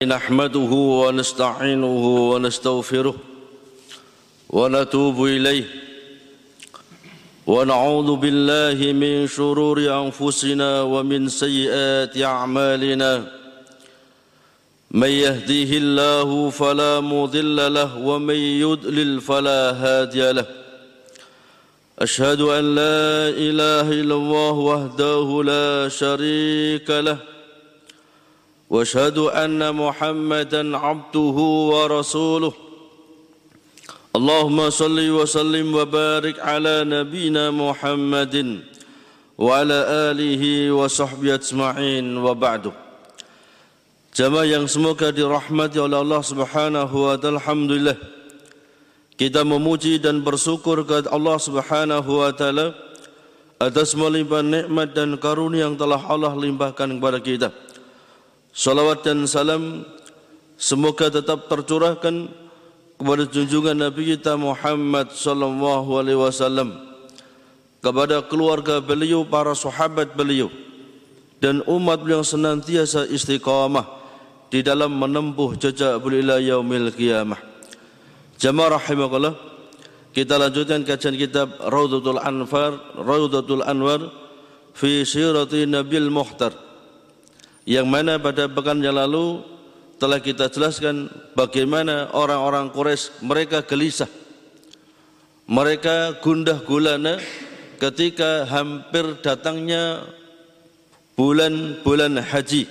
نحمده ونستعينه ونستغفره ونتوب إليه ونعوذ بالله من شرور أنفسنا ومن سيئات أعمالنا من يهديه الله فلا مضل له ومن يضلل فلا هادي له أشهد أن لا إله إلا الله وحده لا شريك له واشهد أن محمدا عبده ورسوله اللهم صل وسلم وبارك على نبينا محمد وعلى آله وصحبه أجمعين وبعد. Jamaah yang semoga dirahmati oleh Allah Subhanahu wa taala, alhamdulillah kita memuji dan bersyukur kepada Allah Subhanahu wa taala atas melimpah nikmat dan karunia yang telah Allah limpahkan kepada kita. Salawat dan salam semoga tetap tercurahkan kepada junjungan Nabi kita Muhammad sallallahu alaihi wasallam, kepada keluarga beliau, para sahabat beliau dan umat beliau yang senantiasa istiqamah di dalam menempuh jejak beliau ila yaumil qiyamah. Jamaah rahimakumullah, kita lanjutkan kajian kitab Raudhatul Anwar fi Sirati Nabil Mukhtar, yang mana pada pekan yang lalu telah kita jelaskan bagaimana orang-orang Quraisy mereka gelisah, mereka gundah gulana ketika hampir datangnya bulan-bulan haji,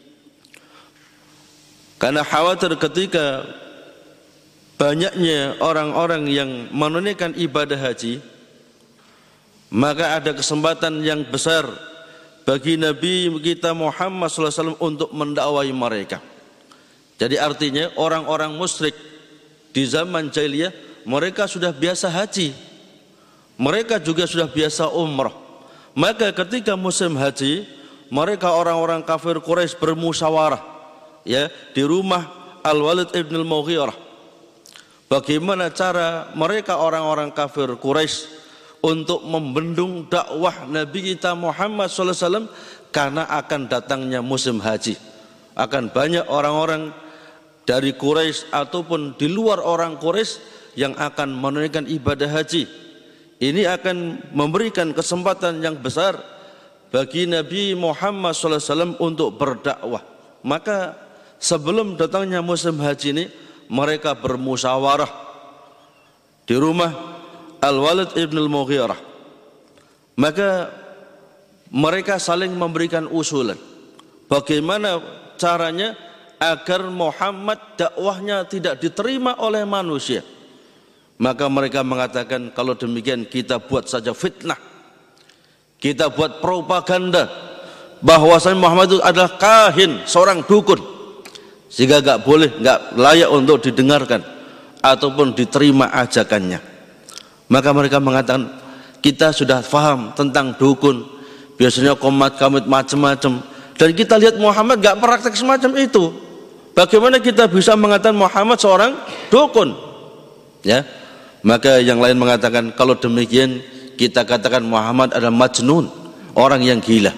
karena khawatir ketika banyaknya orang-orang yang menunaikan ibadah haji, maka ada kesempatan yang besar bagi Nabi kita Muhammad SAW untuk mendakwai mereka. Jadi artinya orang-orang musyrik di zaman jahiliyah mereka sudah biasa haji, mereka juga sudah biasa umrah. Maka ketika musim haji, mereka orang-orang kafir Quraisy bermusyawarah ya di rumah Al-Walid ibn al-Mughirah, bagaimana cara mereka orang-orang kafir Quraisy untuk membendung dakwah Nabi kita Muhammad SAW, karena akan datangnya musim haji. Akan banyak orang-orang dari Quraisy ataupun di luar orang Quraisy yang akan menunaikan ibadah haji. Ini akan memberikan kesempatan yang besar bagi Nabi Muhammad SAW untuk berdakwah. Maka sebelum datangnya musim haji ini, mereka bermusyawarah di rumah Al-Walid ibn al-Mughirah. Maka mereka saling memberikan usulan bagaimana caranya agar Muhammad dakwahnya tidak diterima oleh manusia. Maka mereka mengatakan, kalau demikian kita buat saja fitnah, kita buat propaganda bahwasanya Muhammad itu adalah kahin, seorang dukun, sehingga enggak layak untuk didengarkan ataupun diterima ajakannya. Maka mereka mengatakan, kita sudah faham tentang dukun, biasanya komat-kamit macam-macam, dan kita lihat Muhammad gak praktek semacam itu. Bagaimana kita bisa mengatakan Muhammad seorang dukun? Ya, maka yang lain mengatakan, kalau demikian kita katakan Muhammad adalah majnun, orang yang gila.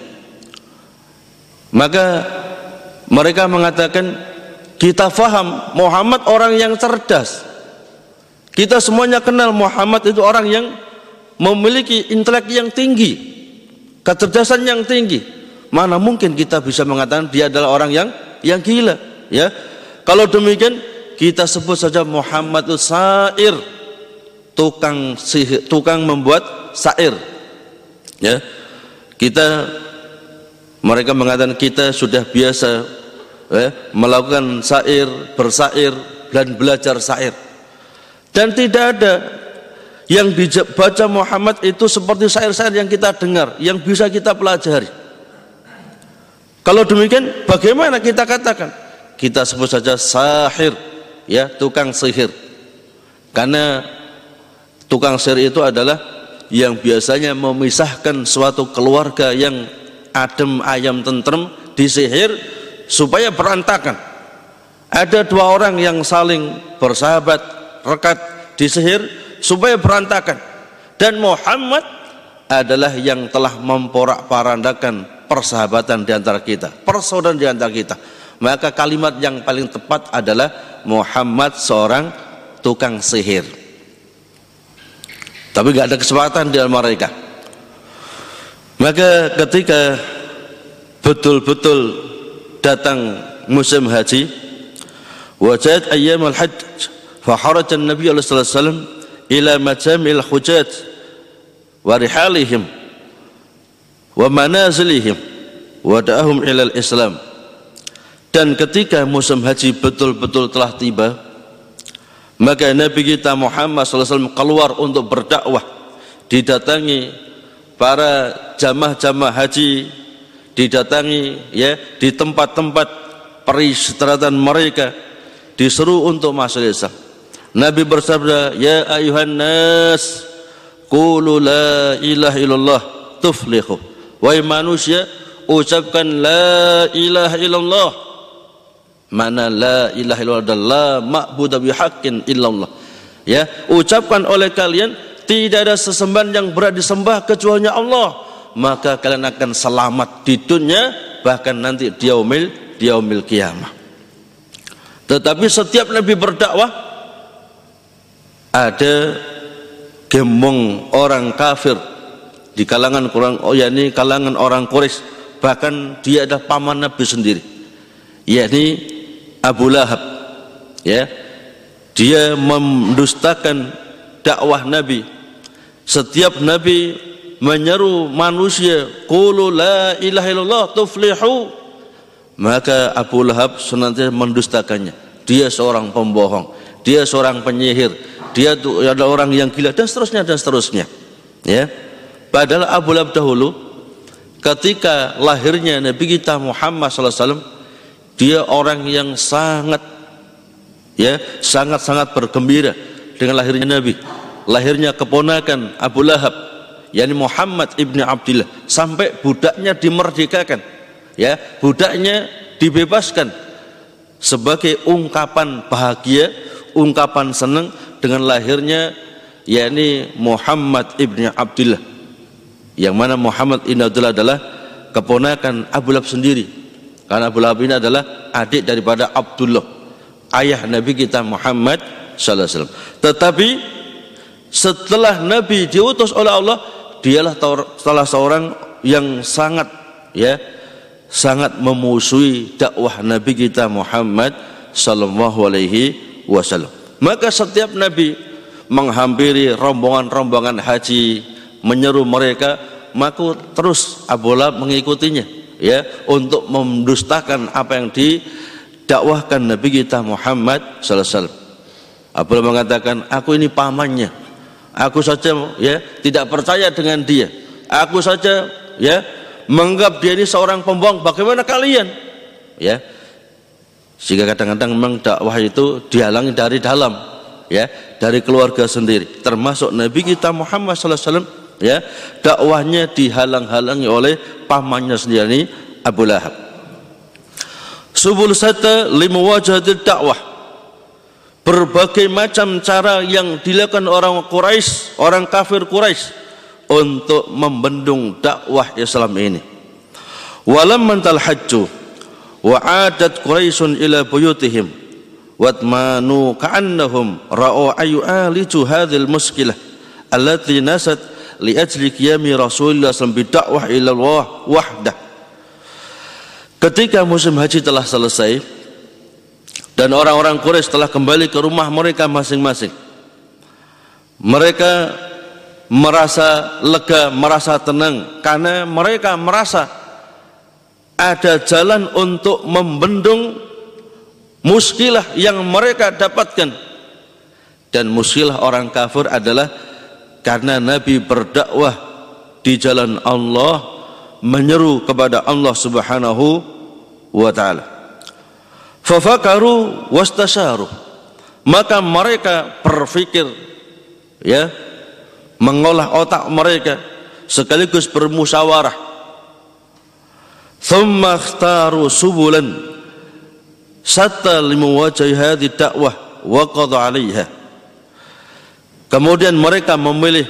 Maka mereka mengatakan, kita faham Muhammad orang yang cerdas. Kita semuanya kenal Muhammad itu orang yang memiliki intelek yang tinggi, kecerdasan yang tinggi. Mana mungkin kita bisa mengatakan dia adalah orang yang gila, ya. Kalau demikian kita sebut saja Muhammad itu syair, tukang sihir, tukang membuat syair. Ya. Mereka mengatakan kita sudah biasa melakukan syair, bersyair dan belajar syair. Dan tidak ada yang dibaca Muhammad itu seperti syair-syair yang kita dengar, yang bisa kita pelajari. Kalau demikian bagaimana kita katakan? Kita sebut saja sahir, ya, tukang sihir. Karena tukang sihir itu adalah yang biasanya memisahkan suatu keluarga yang adem ayam tentrem, disihir supaya berantakan. Ada dua orang yang saling bersahabat, rekat, disihir supaya berantakan, dan Muhammad adalah yang telah memporak-parandakan persahabatan di antara kita, persaudaraan di antara kita. maka kalimat yang paling tepat adalah Muhammad seorang tukang sihir. Tapi nggak ada kesepakatan di antara mereka. Maka ketika betul-betul datang musim haji, wajad ayyam al-hajj, fa kharaja an-nabi sallallahu alaihi wasallam ila majamil hujjat wa rihalihim wa manazilihim wa da'ahum ila al-islam. Dan ketika musim haji betul-betul telah tiba, maka Nabi kita Muhammad SAW keluar untuk berdakwah, didatangi para jamaah-jamaah haji, didatangi ya di tempat-tempat peristirahatan mereka, disuruh untuk masuk Islam. Nabi bersabda, ya ayuhan nas, qulu la ilaha illallah tuflihu. Wahai manusia, ucapkan la ilaha illallah. Mana la ilaha illallah adalah ma'budu bihaqqin illallah. Ya, ucapkan oleh kalian tidak ada sesembahan yang berat disembah kecuali Allah, maka kalian akan selamat di dunia bahkan nanti di yaumil qiyamah. Tetapi setiap Nabi berdakwah ada gembong orang kafir di kalangan yakni kalangan orang Quraisy, bahkan dia adalah paman Nabi sendiri, yakni Abu Lahab. Ya, dia mendustakan dakwah Nabi. Setiap Nabi menyeru manusia, qulu la ilaha illallah tuflihu, maka Abu Lahab senantiasa mendustakannya. Dia seorang pembohong, dia seorang penyihir, dia adalah orang yang gila, dan seterusnya dan seterusnya. Ya, padahal Abu Lahab dahulu ketika lahirnya Nabi kita Muhammad SAW, dia orang yang sangat bergembira dengan lahirnya Nabi, lahirnya keponakan Abu Lahab, yakni Muhammad ibni Abdillah, sampai budaknya dimerdekakan, ya, budaknya dibebaskan sebagai ungkapan bahagia, ungkapan senang dengan lahirnya yakni Muhammad ibni Abdillah, yang mana Muhammad ibni Abdillah adalah keponakan Abu Lahab sendiri. Karena Abu Lahab ini adalah adik daripada Abdullah, ayah Nabi kita Muhammad sallallahu alaihi wasallam. Tetapi setelah Nabi diutus oleh Allah, dialah salah seorang yang sangat memusuhi dakwah Nabi kita Muhammad sallallahu alaihi wasallam. Maka setiap Nabi menghampiri rombongan-rombongan haji, menyeru mereka, maka terus Abu Lahab mengikutinya, ya, untuk mendustakan apa yang didakwahkan Nabi kita Muhammad sallallahu alaihi wasallam. Abu Lahab mengatakan, aku ini pamannya, aku saja ya tidak percaya dengan dia, aku saja ya menganggap dia ini seorang pembohong, bagaimana kalian? Ya, sehingga kadang-kadang memang dakwah itu dihalangi dari dalam, ya, dari keluarga sendiri, termasuk Nabi kita Muhammad sallallahu alaihi wasallam. Ya, dakwahnya dihalang-halangi oleh pamannya sendiri, Abu Lahab. Subul sata limuwajahatil dakwah, berbagai macam cara yang dilakukan orang Quraisy, orang kafir Quraisy untuk membendung dakwah Islam ini. Walam mantal hajju wa adat Quraisyun ila buyutihim watmanu ka'annahum ra'u ayu aliju hadhil muskilah allati nasat li ajli qiyami Rasulullah SAW bidakwah ila Allah wahdah. Ketika musim haji telah selesai dan orang-orang Quraisy telah kembali ke rumah mereka masing-masing, mereka merasa lega, merasa tenang, karena mereka merasa ada jalan untuk membendung muskilah yang mereka dapatkan. Dan muskilah orang kafir adalah karena Nabi berdakwah di jalan Allah, menyeru kepada Allah Subhanahu wa taala. Fafakaru wastasyaru, maka mereka berpikir, ya, mengolah otak mereka sekaligus bermusyawarah. Thumma ikhtaru subulan satta limuwajahi hadhihi dakwah wa qada 'alaiha. Kemudian mereka memilih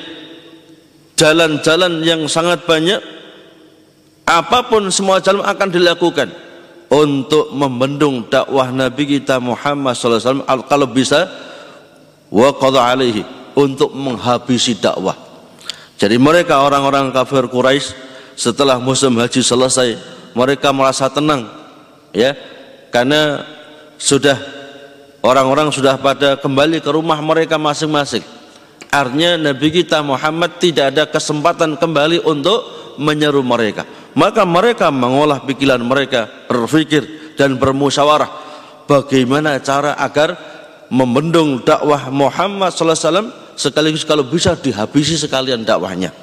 jalan-jalan yang sangat banyak, apapun semua jalan akan dilakukan untuk membendung dakwah Nabi kita Muhammad SAW, kalau bisa wa qadha alaihi, untuk menghabisi dakwah. Jadi mereka orang-orang kafir Quraisy setelah musim haji selesai, mereka merasa tenang, ya, karena orang-orang sudah pada kembali ke rumah mereka masing-masing. Artinya Nabi kita Muhammad tidak ada kesempatan kembali untuk menyeru mereka. Maka mereka mengolah pikiran mereka, berpikir dan bermusyawarah bagaimana cara agar membendung dakwah Muhammad SAW, sekaligus kalau bisa dihabisi sekalian dakwahnya.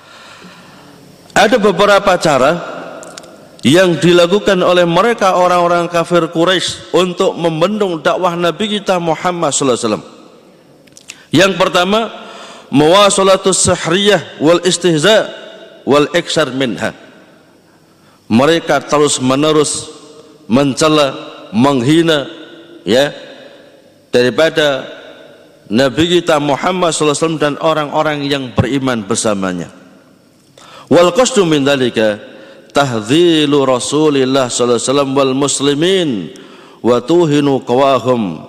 Ada beberapa cara yang dilakukan oleh mereka orang-orang kafir Quraisy untuk membendung dakwah Nabi kita Muhammad SAW. Yang pertama, mawasalatus sahriyah wal istihza wal iksar minha. Mereka terus menerus mencela, menghina, ya, daripada Nabi kita Muhammad SAW dan orang-orang yang beriman bersamanya. Wal qasdu min dzalika tahdhilu Rasulillah sallallahu alaihi wasallam wal muslimin wa tuhinu qawahum.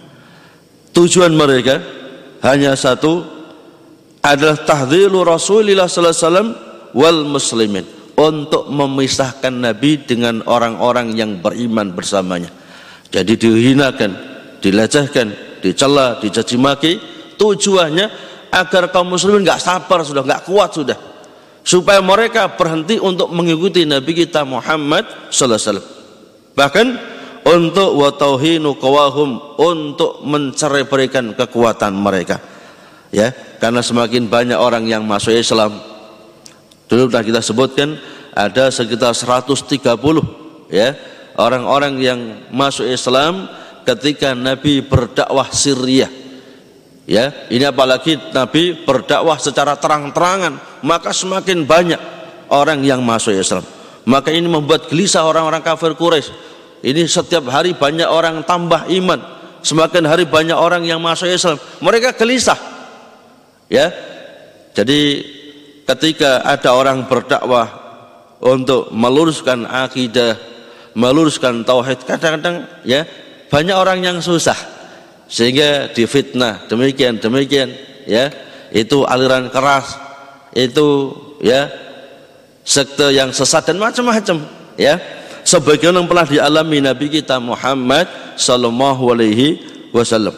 Tujuan mereka hanya satu, adalah tahdhilu Rasulillah sallallahu alaihi wasallam wal muslimin, untuk memisahkan Nabi dengan orang-orang yang beriman bersamanya. Jadi dihinakan, dilecehkan, dicela, dicaci maki, tujuannya agar kaum muslimin nggak sabar sudah, nggak kuat sudah, supaya mereka berhenti untuk mengikuti Nabi kita Muhammad sallallahu alaihi wasallam. Bahkan untuk wa tauhinu qawahum, untuk mencerai-beraikan kekuatan mereka, ya, karena semakin banyak orang yang masuk Islam. Dulu sudah kita sebutkan ada sekitar 130, ya, orang-orang yang masuk Islam ketika Nabi berdakwah sirriyah, ya. Ini apalagi Nabi berdakwah secara terang-terangan, maka semakin banyak orang yang masuk Islam. Maka ini membuat gelisah orang-orang kafir Quraisy. Ini setiap hari banyak orang tambah iman, semakin hari banyak orang yang masuk Islam, mereka gelisah, ya. Jadi ketika ada orang berdakwah untuk meluruskan akidah, meluruskan tauhid, kadang-kadang, ya, banyak orang yang susah, sehingga difitnah demikian, ya, itu aliran keras, itu, ya, sekte yang sesat dan macam-macam, ya, sebagaimana yang pernah dialami Nabi kita Muhammad sallallahu alaihi wasallam.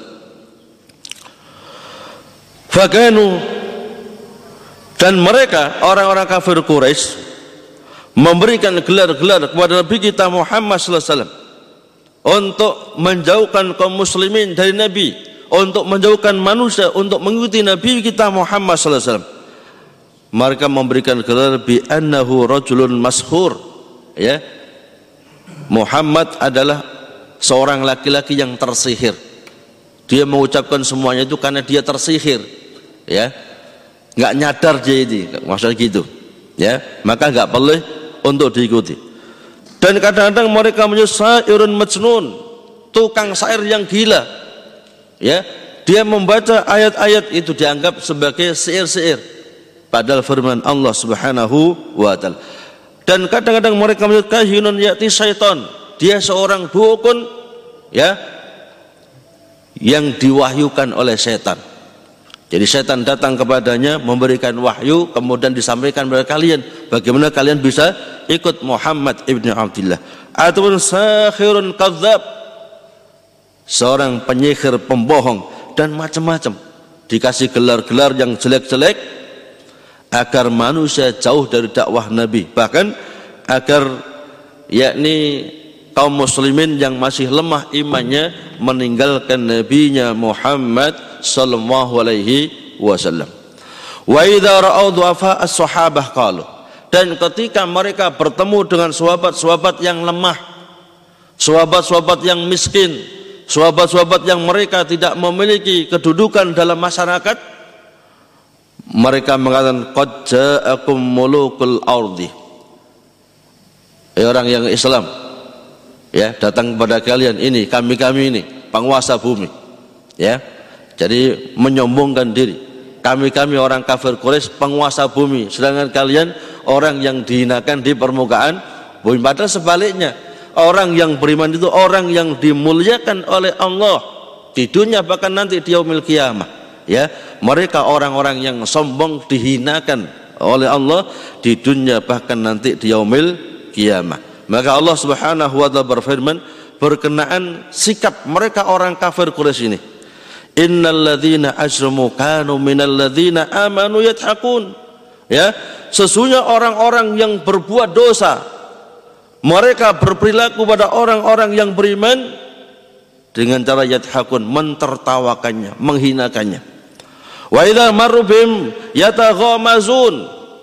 Fakanu, dan mereka orang-orang kafir Quraisy memberikan gelar-gelar kepada Nabi kita Muhammad sallallahu alaihi wasallam untuk menjauhkan kaum muslimin dari Nabi, untuk menjauhkan manusia untuk mengikuti Nabi kita Muhammad sallallahu alaihi wasallam. Mereka memberikan gelar bi annahu rajulun mashhur, ya, Muhammad adalah seorang laki-laki yang tersihir. Dia mengucapkan semuanya itu karena dia tersihir, ya, nggak nyadar dia ini, maksudnya gitu, ya, maka nggak boleh untuk diikuti. Dan kadang-kadang mereka menyebut syairun majnun, tukang syair yang gila, ya, dia membaca ayat-ayat itu dianggap sebagai syair-syair, padahal firman Allah Subhanahu wa taala. Dan kadang-kadang mereka menyebut kahinun ya'ti syaitan, dia seorang dukun, ya, yang diwahyukan oleh setan. Jadi setan datang kepadanya memberikan wahyu, kemudian disampaikan kepada kalian bagaimana kalian bisa ikut Muhammad ibn Abdullah. Ataupun sakhirun kadzab, seorang penyihir pembohong, dan macam-macam. Dikasih gelar-gelar yang jelek-jelek agar manusia jauh dari dakwah Nabi, bahkan agar, yakni, kaum muslimin yang masih lemah imannya meninggalkan nabinya Muhammad sallallahu alaihi wasallam. Wa idza ra'au du'afa as-sahabah qalu, dan ketika mereka bertemu dengan sahabat-sahabat yang lemah, sahabat-sahabat yang miskin, sahabat-sahabat yang mereka tidak memiliki kedudukan dalam masyarakat, mereka mengatakan qad ja'akum mulukul ardi, orang yang Islam, ya, datang kepada kalian ini, kami ini penguasa bumi, ya. Jadi menyombongkan diri, kami orang kafir Quraisy penguasa bumi, sedangkan kalian orang yang dihinakan di permukaan bumi. Padahal sebaliknya, orang yang beriman itu orang yang dimuliakan oleh Allah di dunia bahkan nanti di yaumil qiyamah. Ya, mereka orang-orang yang sombong dihinakan oleh Allah di dunia bahkan nanti di yaumil qiyamah. Maka Allah Subhanahu wa taala berfirman berkenaan sikap mereka orang kafir Quraisy ini. Innal ladzina ajramu kanu minal ladzina amanu yadhakun. Ya, sesungguhnya orang-orang yang berbuat dosa mereka berperilaku pada orang-orang yang beriman dengan cara yadhakun, mentertawakannya, menghinakannya. Wa idza marru bihim yataghamazun,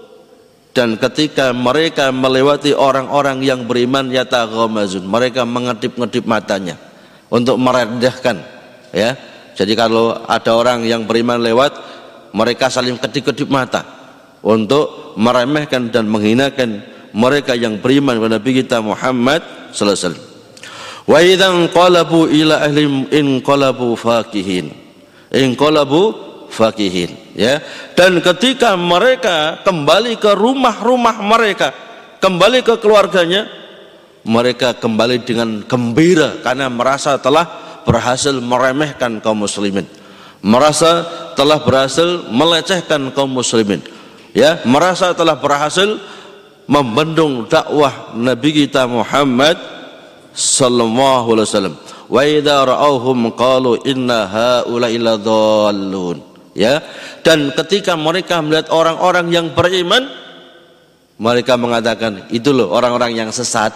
dan ketika mereka melewati orang-orang yang beriman yataghamazun, mereka mengedip-ngedip matanya untuk merendahkan, ya. Jadi kalau ada orang yang beriman lewat, mereka saling kedip-kedip mata untuk meremehkan dan menghinakan mereka yang beriman kepada Nabi kita Muhammad sallallahu alaihi wasallam. Wa idzan qalabu ila ahlihim inqalabu fakihin. Inqalabu fakihin, ya. Dan ketika mereka kembali ke rumah-rumah mereka, kembali ke keluarganya, mereka kembali dengan gembira karena merasa telah berhasil meremehkan kaum muslimin, merasa telah berhasil melecehkan kaum muslimin, ya, merasa telah berhasil membendung dakwah Nabi kita Muhammad sallallahu alaihi wasallam. Wa idza ra'awhum qalu inna haula'i ladallun, ya. Dan ketika mereka melihat orang-orang yang beriman, mereka mengatakan itu loh orang-orang yang sesat.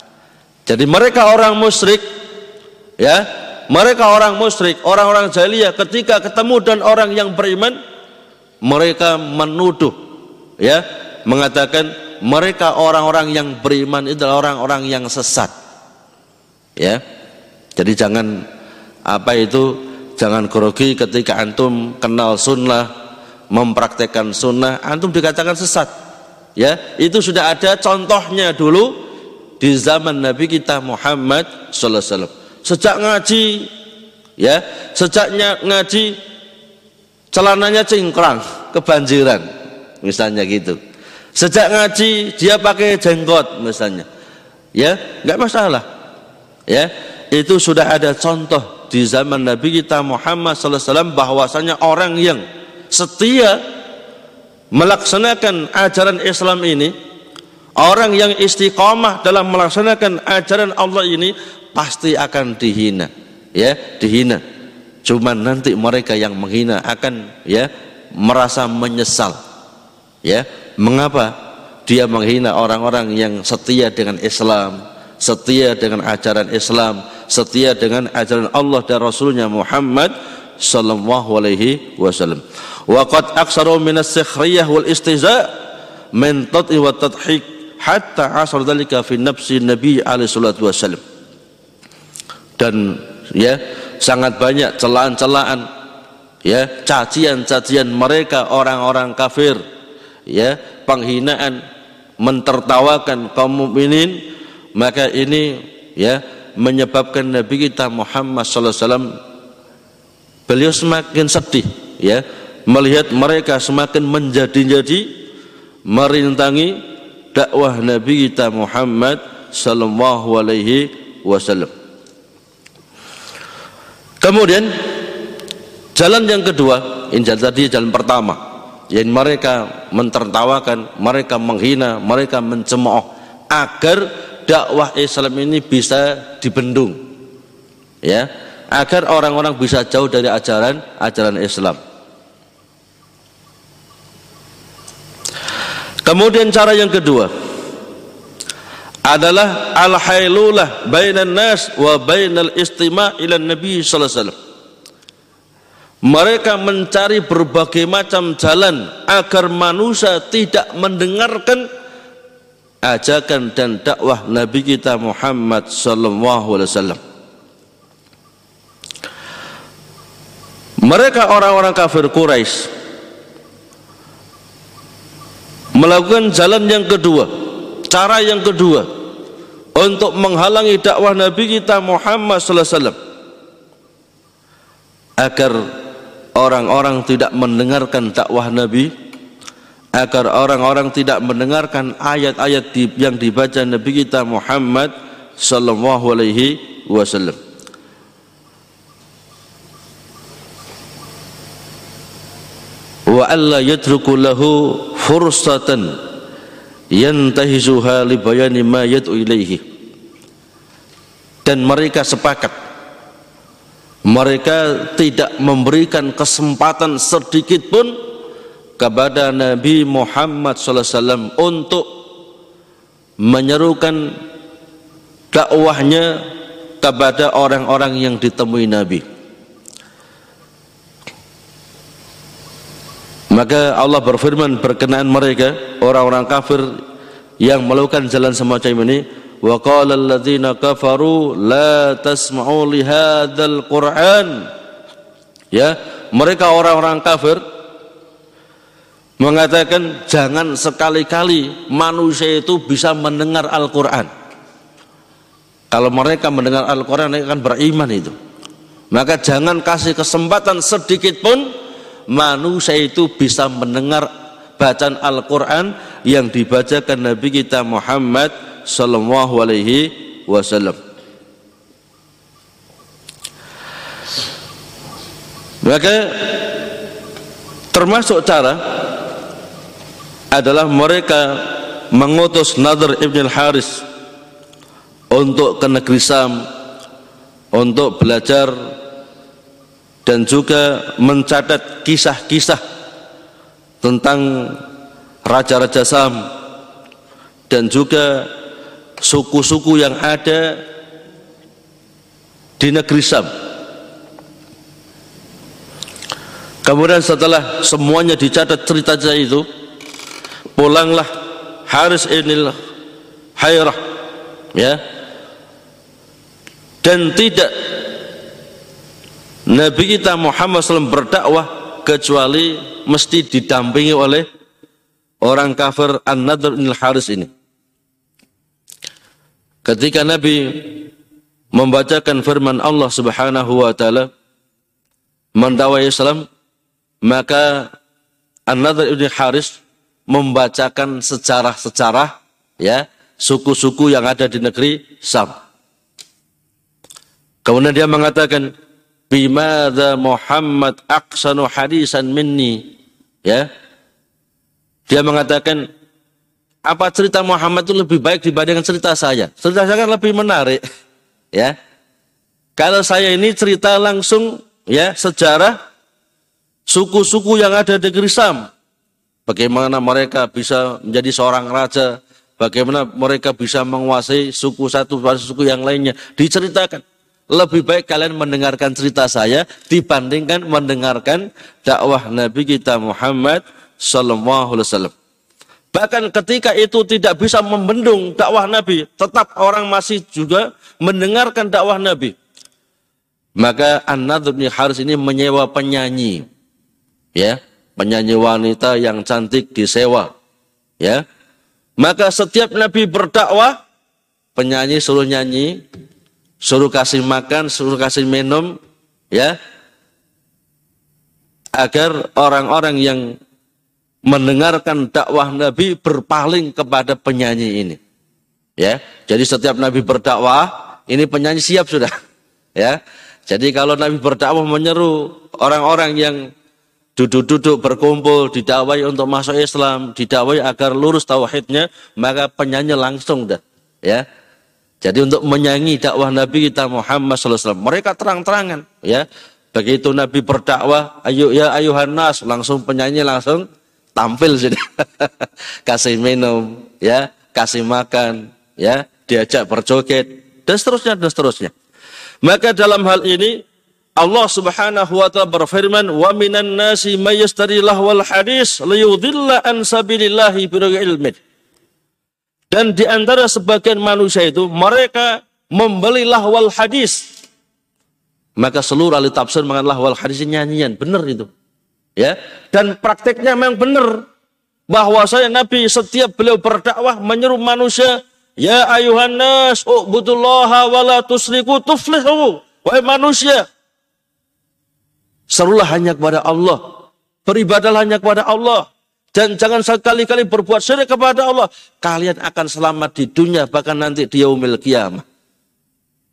Jadi mereka orang musyrik, ya. Mereka orang musyrik, orang-orang jahiliyah ketika ketemu dan orang yang beriman, mereka menuduh, ya, mengatakan mereka orang-orang yang beriman itu adalah orang-orang yang sesat, ya. Jadi jangan jangan grogi ketika antum kenal sunnah, mempraktekkan sunnah, antum dikatakan sesat, ya. Itu sudah ada contohnya dulu di zaman Nabi kita Muhammad sallallahu alaihi wasallam. Sejak ngaji, ya, sejaknya ngaji celananya cingkrang, kebanjiran, misalnya gitu. Sejak ngaji dia pakai jenggot, misalnya, ya, nggak masalah, ya. Itu sudah ada contoh di zaman Nabi kita Muhammad sallallahu alaihi wasallam bahwasanya orang yang setia melaksanakan ajaran Islam ini, orang yang istiqomah dalam melaksanakan ajaran Allah ini pasti akan dihina, ya, dihina. Cuman nanti mereka yang menghina akan, ya, merasa menyesal, ya. Mengapa dia menghina orang-orang yang setia dengan Islam, setia dengan ajaran Islam, setia dengan ajaran Allah dan Rasulnya Muhammad sallallahu alaihi wasallam. Wa qad aksaru min as-sikhriyah wal istihza' min tad'i wa tadhik hatta asar dzalika fi nafsi Nabi alaihi salatu wasallam. Dan, ya, sangat banyak celaan-celaan, ya, cacian-cacian mereka orang-orang kafir, ya, penghinaan, mentertawakan kaum mukminin. Maka ini, ya, menyebabkan Nabi kita Muhammad sallallahu alaihi wasallam beliau semakin sedih, ya, melihat mereka semakin menjadi-jadi merintangi dakwah Nabi kita Muhammad sallallahu alaihi wasallam. Kemudian jalan yang kedua, ini tadi jalan pertama, yang mereka mentertawakan, mereka menghina, mereka mencemooh agar dakwah Islam ini bisa dibendung, ya, agar orang-orang bisa jauh dari ajaran Islam. Kemudian cara yang kedua adalah al-hailulah bainan nas wa bainal istima' ila Nabi sallallahu alaihi wasallam. Mereka mencari berbagai macam jalan agar manusia tidak mendengarkan ajakan dan dakwah Nabi kita Muhammad sallallahu alaihi wasallam. Mereka orang-orang kafir Quraisy melakukan jalan yang kedua, cara yang kedua untuk menghalangi dakwah Nabi kita Muhammad sallallahu alaihi wasallam agar orang-orang tidak mendengarkan dakwah Nabi, agar orang-orang tidak mendengarkan ayat-ayat yang dibaca Nabi kita Muhammad sallallahu alaihi wasallam. Wa alla yatruku lahu fursatan yantahizuha li bayani ma yad'u ilaihi. Dan mereka sepakat, mereka tidak memberikan kesempatan sedikit pun kepada Nabi Muhammad SAW untuk menyerukan dakwahnya kepada orang-orang yang ditemui Nabi. Maka Allah berfirman berkenaan mereka, orang-orang kafir yang melakukan jalan semacam ini, wa qala alladzina kafaru la tasma'u li hadzal Qur'an. Ya, mereka orang-orang kafir mengatakan jangan sekali-kali manusia itu bisa mendengar Al-Qur'an. Kalau mereka mendengar Al-Qur'an mereka akan beriman itu. Maka jangan kasih kesempatan sedikit pun manusia itu bisa mendengar bacaan Al-Qur'an yang dibacakan Nabi kita Muhammad sallallahu alaihi wasallam. Maka termasuk cara adalah mereka mengutus Nadhr ibn al-Haris untuk ke negeri Sam untuk belajar dan juga mencatat kisah-kisah tentang raja-raja Sam dan juga suku-suku yang ada di negeri Sam. Kemudian setelah semuanya dicatat cerita-cerita itu, pulanglah Haris ibn Hairah, ya, dan tidak Nabi kita Muhammad SAW berdakwah kecuali mesti didampingi oleh orang kafir An-Nadhr bin Al-Haris ini. Ketika Nabi membacakan firman Allah Subhanahu wa taala mendakwai Islam, maka An-Nadhr bin Haris membacakan sejarah-sejarah, ya, suku-suku yang ada di negeri Sam. Kemudian dia mengatakan, bimadza Muhammad aqsanu hadisan minni, ya. Dia mengatakan, apa cerita Muhammad itu lebih baik dibandingkan cerita saya? Cerita saya kan lebih menarik, ya. Kalau saya ini cerita langsung, ya, sejarah suku-suku yang ada di negeri Sam. Bagaimana mereka bisa menjadi seorang raja, bagaimana mereka bisa menguasai suku satu pada suku yang lainnya, diceritakan. Lebih baik kalian mendengarkan cerita saya dibandingkan mendengarkan dakwah Nabi kita Muhammad sallallahu alaihi wasallam. Bahkan ketika itu tidak bisa membendung dakwah Nabi, tetap orang masih juga mendengarkan dakwah Nabi. Maka An-Nadhr bin Haris ini menyewa penyanyi, ya, penyanyi wanita yang cantik disewa, ya. Maka setiap Nabi berdakwah, penyanyi suruh nyanyi, suruh kasih makan, suruh kasih minum, ya, agar orang-orang yang mendengarkan dakwah Nabi berpaling kepada penyanyi ini, ya. Jadi setiap Nabi berdakwah, ini penyanyi siap sudah, ya. Jadi kalau Nabi berdakwah menyeru orang-orang yang duduk-duduk berkumpul didakwai untuk masuk Islam, didakwai agar lurus tauhidnya, maka penyanyi langsung dah, ya. Jadi untuk menyanyi dakwah Nabi kita Muhammad SAW, mereka terang-terangan, ya. Begitu Nabi berdakwah, ayo ya ayuhan nas, langsung penyanyi langsung tampil sudah. Kasih minum, ya, kasih makan, ya, diajak berjoget dan seterusnya dan seterusnya. Maka dalam hal ini Allah Subhanahu wa taala berfirman, wa minan nasi may yashtari lahwal hadis liyudilla an sabilillahi bighairi ilmin. Dan di antara sebagian manusia itu mereka membeli lahwal hadis. Maka seluruh ahli tafsir mengatakan lahwal hadis nyanyian, benar itu. Ya, dan prakteknya memang benar bahwasanya Nabi setiap beliau berdakwah menyeru manusia, ya ayuhan nas ubudullaha wa la tusriku tuflihu. Wahai manusia, serulah hanya kepada Allah, beribadahlah hanya kepada Allah, dan jangan sekali-kali berbuat syirik kepada Allah. Kalian akan selamat di dunia bahkan nanti di yaumil qiyamah.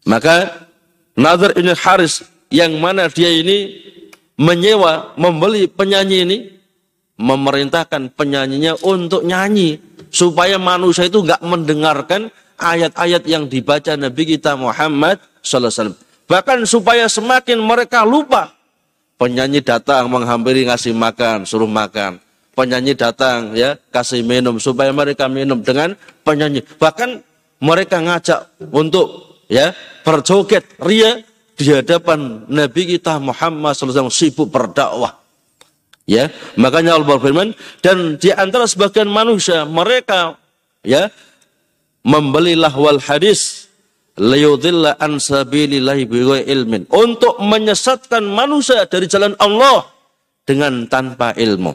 Maka Nadhr ibn Haris yang mana dia ini menyewa, membeli penyanyi ini, memerintahkan penyanyinya untuk nyanyi supaya manusia itu enggak mendengarkan ayat-ayat yang dibaca Nabi kita Muhammad sallallahu alaihi wasallam. Bahkan supaya semakin mereka lupa, penyanyi datang menghampiri ngasih makan, suruh makan. Penyanyi datang ya kasih minum supaya mereka minum dengan penyanyi. Bahkan mereka ngajak untuk ya berjoget ria di hadapan Nabi kita Muhammad sallallahu alaihi wasallam sibuk berdakwah. Ya, makanya Allah berfirman, dan di antara sebagian manusia mereka ya membeli lahwal hadis liyudilla an sabilillahi bighairi ilmin, untuk menyesatkan manusia dari jalan Allah dengan tanpa ilmu.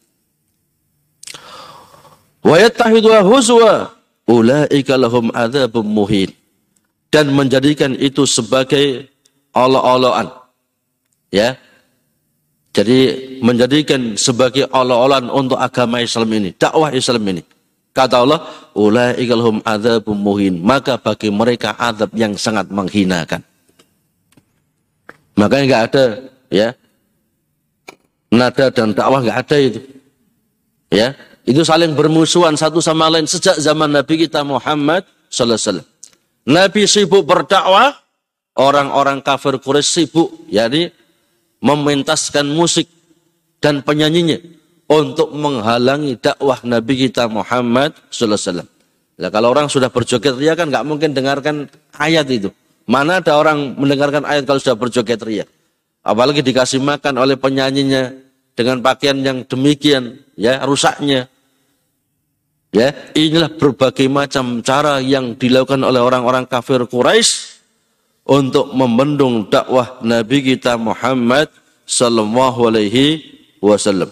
Wa yattakhidhu huzwa ulaika lahum adzabun muhin, dan menjadikan itu sebagai olok-olokan. Ya. Jadi menjadikan sebagai olok-olokan untuk agama Islam ini, dakwah Islam ini. Kata Allah, ulaika lahum adzabun muhin, maka bagi mereka azab yang sangat menghinakan. Makanya enggak ada ya nada dan dakwah, enggak ada itu. Ya, itu saling bermusuhan satu sama lain sejak zaman Nabi kita Muhammad sallallahu alaihi wasallam. Nabi sibuk berdakwah, orang-orang kafir Quraisy sibuk yakni mementaskan musik dan penyanyinya untuk menghalangi dakwah Nabi kita Muhammad sallallahu alaihi wasallam. Nah, kalau orang sudah berjoget ria kan nggak mungkin dengarkan ayat itu. Mana ada orang mendengarkan ayat kalau sudah berjoget ria? Apalagi dikasih makan oleh penyanyinya dengan pakaian yang demikian, ya rusaknya. Ya, inilah berbagai macam cara yang dilakukan oleh orang-orang kafir Quraisy untuk membendung dakwah Nabi kita Muhammad sallallahu alaihi wasallam.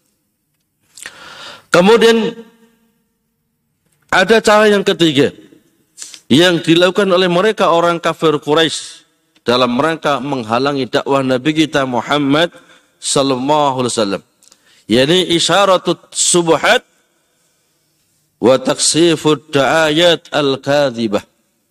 Kemudian ada cara yang ketiga yang dilakukan oleh mereka orang kafir Quraisy dalam rangka menghalangi dakwah Nabi kita Muhammad sallallahu alaihi wasallam, yakni isyaratut subuhat wa taksifud da'ayat al-kadzibah.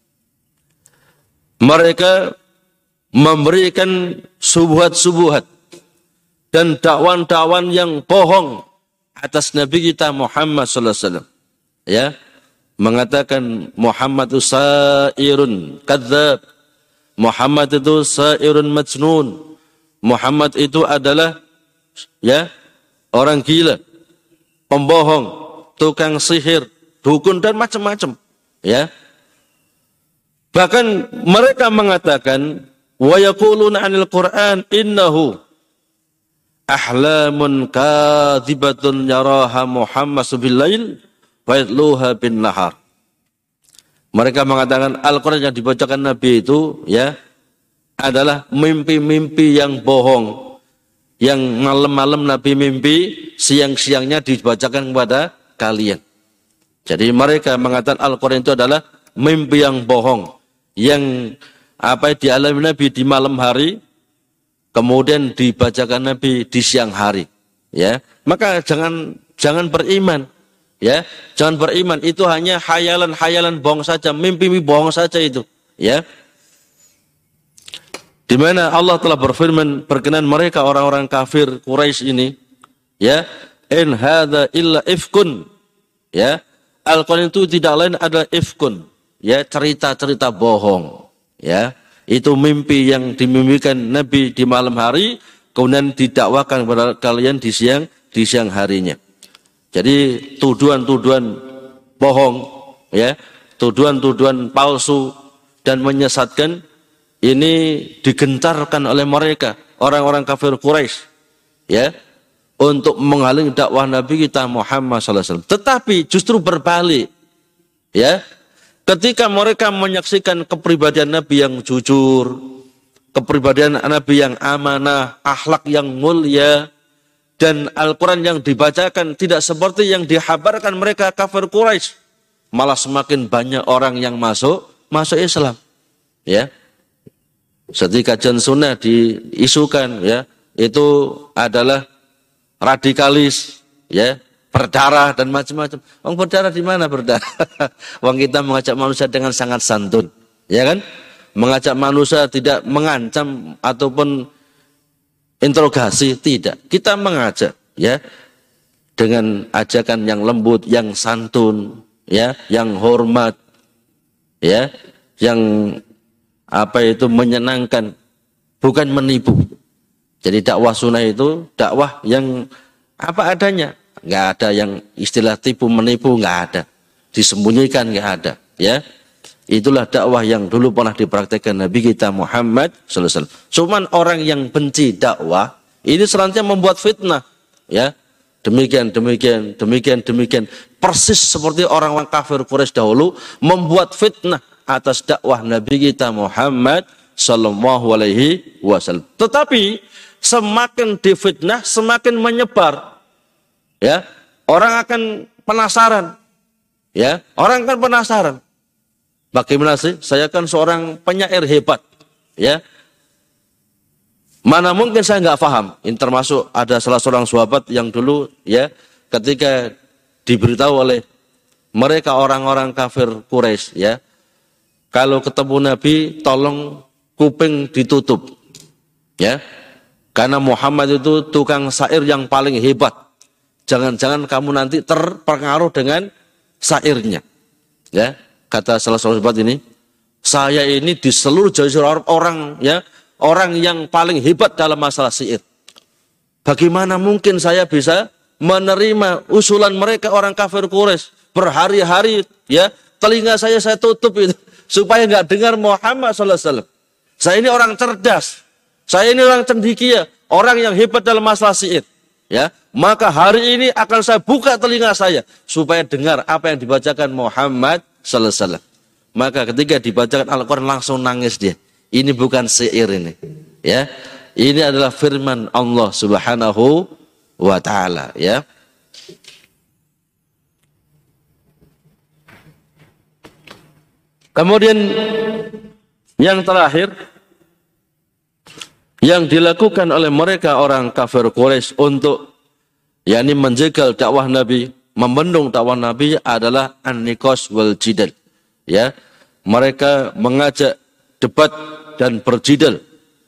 Mereka memberikan subuhat-subuhat dan dakwan-dakwan yang bohong atas Nabi kita Muhammad sallallahu alaihi wasallam. Ya, mengatakan Muhammad itu sairun kadzab, Muhammad itu sairun majnun, Muhammad itu adalah ya orang gila, pembohong, tukang sihir, dukun dan macam-macam. Ya. Bahkan mereka mengatakan wa yaquluna 'anil Qur'an innahu ahlamun kadzibatun yaraha Muhammad bil lail wa yatluha bin nahar. Mereka mengatakan Al-Qur'an yang dibacakan Nabi itu ya adalah mimpi-mimpi yang bohong. Yang malam-malam Nabi mimpi, siang-siangnya dibacakan kepada kalian. Jadi mereka mengatakan Al-Qur'an itu adalah mimpi yang bohong, yang apa dialami Nabi di malam hari, kemudian dibacakan Nabi di siang hari. Ya, maka jangan beriman. Ya, jangan beriman. Itu hanya hayalan-hayalan bohong saja, mimpi-mimpi bohong saja itu. Ya, di mana Allah telah berfirman berkenan mereka orang-orang kafir Quraisy ini. Ya, in hadza illa ifkun. Ya, Al-Qur'an itu tidak lain adalah ifkun. Ya, cerita-cerita bohong. Ya, itu mimpi yang dimimpikan Nabi di malam hari, kemudian didakwakan kepada kalian di siang harinya. Jadi tuduhan-tuduhan bohong, ya, tuduhan-tuduhan palsu dan menyesatkan ini digencarkan oleh mereka orang-orang kafir Quraisy, ya, untuk menghalangi dakwah Nabi kita Muhammad sallallahu alaihi wasallam. Tetapi justru berbalik, ya. Ketika mereka menyaksikan kepribadian Nabi yang jujur, kepribadian Nabi yang amanah, akhlak yang mulia, dan Al-Quran yang dibacakan tidak seperti yang dihabarkan mereka kafir Quraisy, malah semakin banyak orang yang masuk Islam. Ya, seperti kajian sunnah diisukan, ya, itu adalah radikalis, ya, berdarah dan macam-macam. Wong berdarah di mana berdarah? Wong kita mengajak manusia dengan sangat santun, ya kan? mengajak manusia tidak mengancam ataupun interogasi, tidak. Kita mengajak ya dengan ajakan yang lembut, yang santun, ya, yang hormat, ya, yang menyenangkan, bukan menipu. Jadi dakwah sunnah itu dakwah yang apa adanya, nggak ada yang istilah tipu menipu, nggak ada, disembunyikan nggak ada, ya. Itulah dakwah yang dulu pernah dipraktekkan Nabi kita Muhammad sallallahu alaihi wasallam. Cuman orang yang benci dakwah ini selanjutnya membuat fitnah, ya. Demikian. Persis seperti orang-orang kafir Quraisy dahulu membuat fitnah atas dakwah Nabi kita Muhammad sallallahu alaihi wasallam. Tetapi semakin difitnah semakin menyebar. Ya, orang akan penasaran. Ya, orang akan penasaran. Bagaimana sih? Saya kan seorang penyair hebat, ya. Mana mungkin saya nggak paham. Ini termasuk ada salah seorang sahabat yang dulu, ya, ketika diberitahu oleh mereka orang-orang kafir Quraisy, ya, kalau ketemu Nabi, tolong kuping ditutup, ya, karena Muhammad itu tukang syair yang paling hebat. Jangan-jangan kamu nanti terpengaruh dengan syairnya, ya. Kata salah seorang sahabat ini, saya ini di seluruh jazirah Arab orang yang paling hebat dalam masalah syair. Bagaimana mungkin saya bisa menerima usulan mereka orang kafir Quraisy? Berhari-hari, ya, telinga saya tutup itu supaya nggak dengar Muhammad sallallahu alaihi wasallam. Saya ini orang cerdas, saya ini orang cendekia, orang yang hebat dalam masalah syair. Ya, maka hari ini akan saya buka telinga saya supaya dengar apa yang dibacakan Muhammad sallallahu alaihi wasallam. Maka ketika dibacakan Al-Qur'an langsung nangis dia. Ini bukan syair ini. Ya. Ini adalah firman Allah Subhanahu wa taala, ya. Kemudian yang terakhir yang dilakukan oleh mereka orang kafir Quraisy untuk yakni menjegal dakwah Nabi, membendung dakwah Nabi adalah an-niqash wal jidal. Ya, mereka mengajak debat dan berjidal.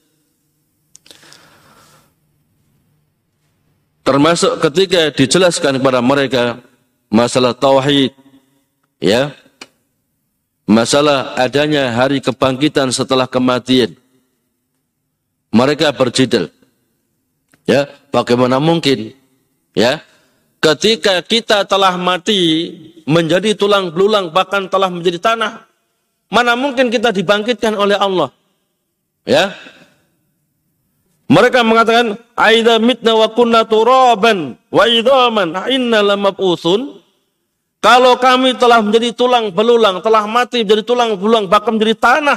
Termasuk ketika dijelaskan kepada mereka masalah tauhid, ya, masalah adanya hari kebangkitan setelah kematian, mereka berjidal. Ya, bagaimana mungkin, ya, ketika kita telah mati menjadi tulang belulang bahkan telah menjadi tanah, mana mungkin kita dibangkitkan oleh Allah? Ya, mereka mengatakan aidza mitna wa kunna turaban wa idhaman inna lamab'utsun. Kalau kami telah menjadi tulang belulang, telah mati menjadi tulang belulang bahkan menjadi tanah,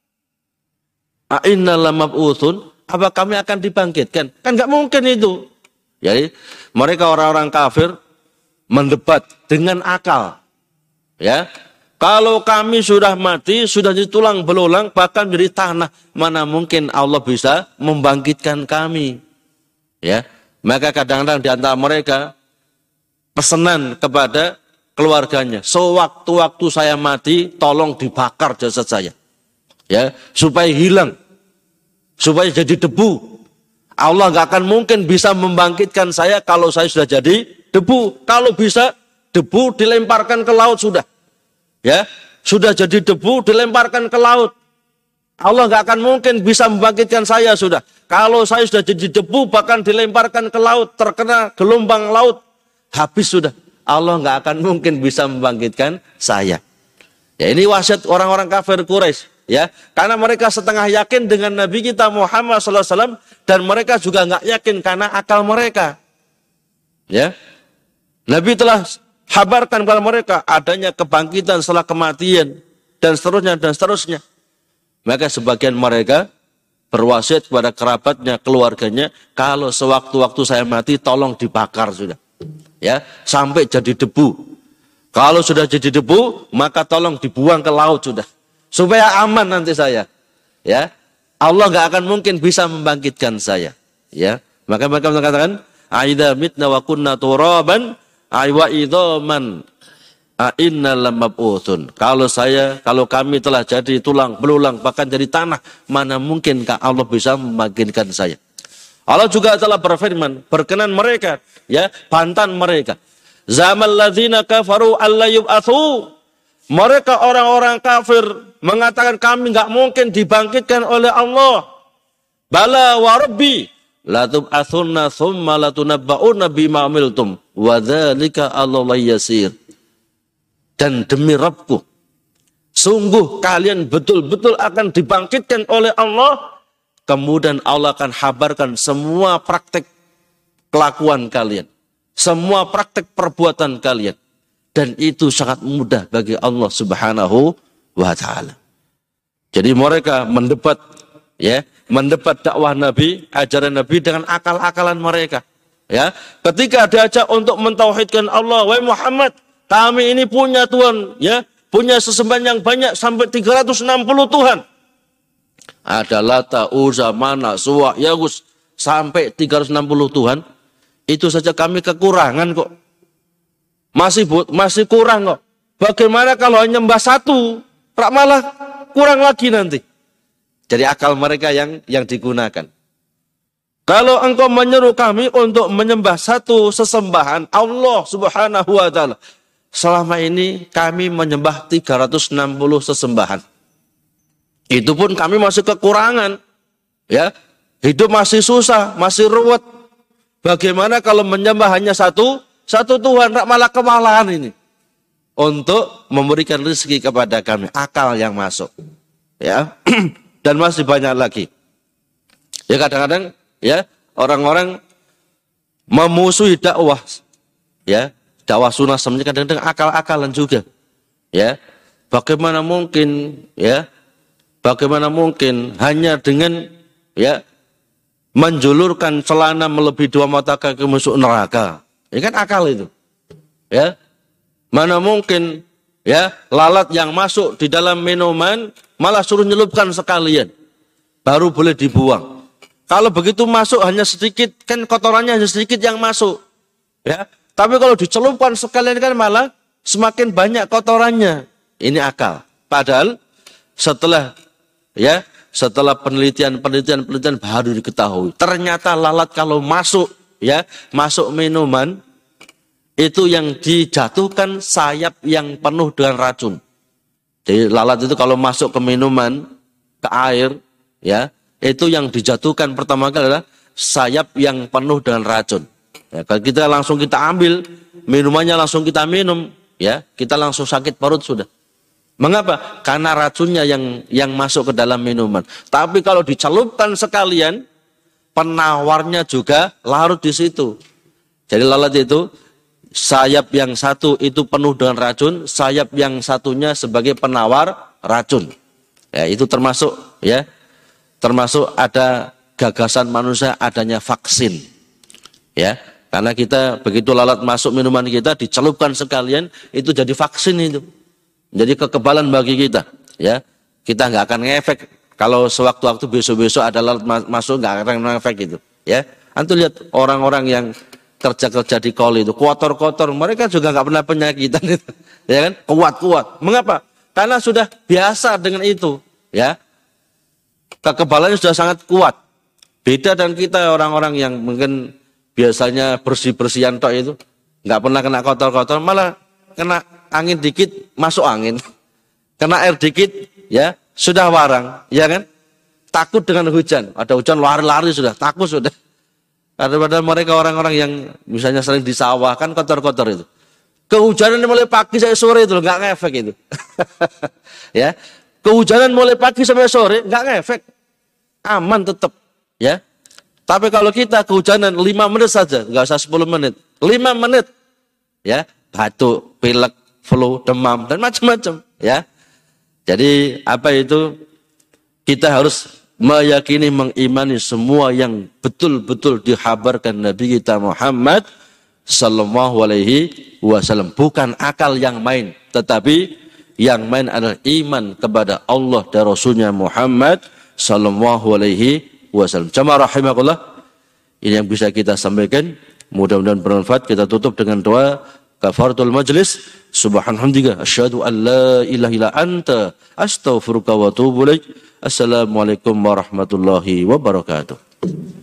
inna lamab'utsun, apa kami akan dibangkitkan? Kan enggak mungkin itu. Jadi mereka orang-orang kafir mendebat dengan akal. Ya, kalau kami sudah mati, sudah jadi tulang belulang, bahkan menjadi tanah, mana mungkin Allah bisa membangkitkan kami? Ya, maka kadang-kadang di antara mereka pesanan kepada keluarganya, sewaktu-waktu saya mati, tolong dibakar jasad saya, ya, supaya hilang, supaya jadi debu. Allah nggak akan mungkin bisa membangkitkan saya kalau saya sudah jadi debu. Kalau bisa debu dilemparkan ke laut sudah. Ya, sudah jadi debu dilemparkan ke laut. Allah nggak akan mungkin bisa membangkitkan saya sudah. Kalau saya sudah jadi debu bahkan dilemparkan ke laut, terkena gelombang laut, habis sudah. Allah nggak akan mungkin bisa membangkitkan saya. Ya, ini wasiat orang-orang kafir Quraisy, ya, karena mereka setengah yakin dengan Nabi kita Muhammad SAW dan mereka juga nggak yakin karena akal mereka. Ya, Nabi telah habarkan kepada mereka adanya kebangkitan setelah kematian dan seterusnya. Maka sebagian mereka berwasiat kepada kerabatnya, keluarganya, kalau sewaktu-waktu saya mati tolong dibakar sudah. Ya, sampai jadi debu. Kalau sudah jadi debu, maka tolong dibuang ke laut sudah. Supaya aman nanti saya. Ya, Allah nggak akan mungkin bisa membangkitkan saya. Ya, maka mereka mengatakan, aidza mitna wa kunna turaban wa idhaman A'inna lamab'utsun. Kalau kami telah jadi tulang belulang bahkan jadi tanah, mana mungkinkah Allah bisa membangkitkan saya? Allah juga telah berfirman, berkenan mereka, ya, pantan mereka. Zaman ladzina kafaru alla yub'atsu. Mereka orang-orang kafir mengatakan kami enggak mungkin dibangkitkan oleh Allah. Bala wa rabbi la tub'atsunna tsumma la tunabba'unna bima amiltum wa dzalika 'alallahi yasir. Dan demi Rabbku, sungguh kalian betul-betul akan dibangkitkan oleh Allah. Kemudian Allah akan habarkan semua praktek kelakuan kalian. Semua praktek perbuatan kalian. Dan itu sangat mudah bagi Allah subhanahu wa ta'ala. Jadi mereka mendebat, ya, mendebat dakwah Nabi, ajaran Nabi dengan akal-akalan mereka. Ya, ketika diajak untuk mentauhidkan Allah, wahai Muhammad, kami ini punya Tuhan, ya, punya sesembahan yang banyak sampai 360 Tuhan. Ada Lata, Uzza, Mana, Suwa, Yagus, sampai 360 Tuhan. Itu saja kami kekurangan kok. Masih kurang kok. Bagaimana kalau hanya nyembah satu, malah kurang lagi nanti. Jadi akal mereka yang digunakan. Kalau engkau menyuruh kami untuk menyembah satu sesembahan Allah subhanahu wa ta'ala, selama ini kami menyembah 360 sesembahan. Itu pun kami masih kekurangan. Ya, hidup masih susah, masih ruwet. Bagaimana kalau menyembah hanya satu Tuhan, malah kewalahan ini. Untuk memberikan rezeki kepada kami, akal yang masuk. Ya, dan masih banyak lagi. Ya, kadang-kadang, ya, orang-orang memusuhi dakwah, ya, dakwah sunnah sebenarnya kadang-kadang akal-akalan juga, ya. Bagaimana mungkin, ya, bagaimana mungkin hanya dengan, ya, menjulurkan celana melebihi 2 mata kaki masuk neraka, ya kan akal itu, ya. Mana mungkin, ya, lalat yang masuk di dalam minuman malah suruh nyelupkan sekalian, baru boleh dibuang. Kalau begitu masuk hanya sedikit, kan kotorannya hanya sedikit yang masuk, ya. Tapi kalau dicelupkan sekalian kan malah semakin banyak kotorannya. Ini akal. Padahal setelah penelitian baru diketahui, ternyata lalat kalau masuk, ya, masuk minuman, itu yang dijatuhkan sayap yang penuh dengan racun. Jadi lalat itu kalau masuk ke minuman, ke air, ya, itu yang dijatuhkan pertama kali adalah sayap yang penuh dengan racun. Ya, kalau kita langsung kita ambil minumannya, langsung kita minum, ya, kita langsung sakit perut sudah. Mengapa? Karena racunnya yang masuk ke dalam minuman. Tapi kalau dicelupkan sekalian, penawarnya juga larut di situ. Jadi lalat itu sayap yang satu itu penuh dengan racun, sayap yang satunya sebagai penawar racun. Ya, itu termasuk, ya, termasuk ada gagasan manusia adanya vaksin. Ya, karena kita begitu lalat masuk minuman kita dicelupkan sekalian, itu jadi vaksin itu. Jadi kekebalan bagi kita, ya. Kita nggak akan ngefek kalau sewaktu-waktu besok-besok ada lalat masuk, nggak akan ngefek itu, ya. Antum lihat orang-orang yang kerja-kerja di kol itu kotor-kotor, mereka juga nggak pernah penyakitan itu, ya kan? Kuat-kuat. Mengapa? Karena sudah biasa dengan itu, ya. Kekebalannya sudah sangat kuat. Beda dengan kita orang-orang yang mungkin biasanya bersih-bersihan tok itu, nggak pernah kena kotor-kotor, malah kena angin dikit masuk angin, kena air dikit, ya, sudah warang, ya kan? Takut dengan hujan, ada hujan lari-lari sudah, takut sudah. Padahal mereka orang-orang yang misalnya sering di sawah kan kotor-kotor itu. Kehujanan mulai pagi sampai sore itu nggak ngefek itu. Ya, kehujanan mulai pagi sampai sore nggak ngefek, aman tetap, ya. Tapi kalau kita kehujanan 5 menit saja, nggak usah 10 menit, 5 menit, ya, batuk, pilek, flu, demam dan macam-macam, ya. Jadi apa itu? Kita harus meyakini, mengimani semua yang betul-betul dihabarkan Nabi kita Muhammad sallallahu alaihi wasallam. Bukan akal yang main, tetapi yang main adalah iman kepada Allah dan Rasulnya Muhammad sallallahu alaihi wasallam. Jamaah rahimakumullah, ini yang bisa kita sampaikan. Mudah-mudahan bermanfaat. Kita tutup dengan doa. kafaratul majlis. Subhanallah, asyhadu an la ilaha illa anta, astaghfiruka wa atubu ilaik. Assalamualaikum warahmatullahi wabarakatuh.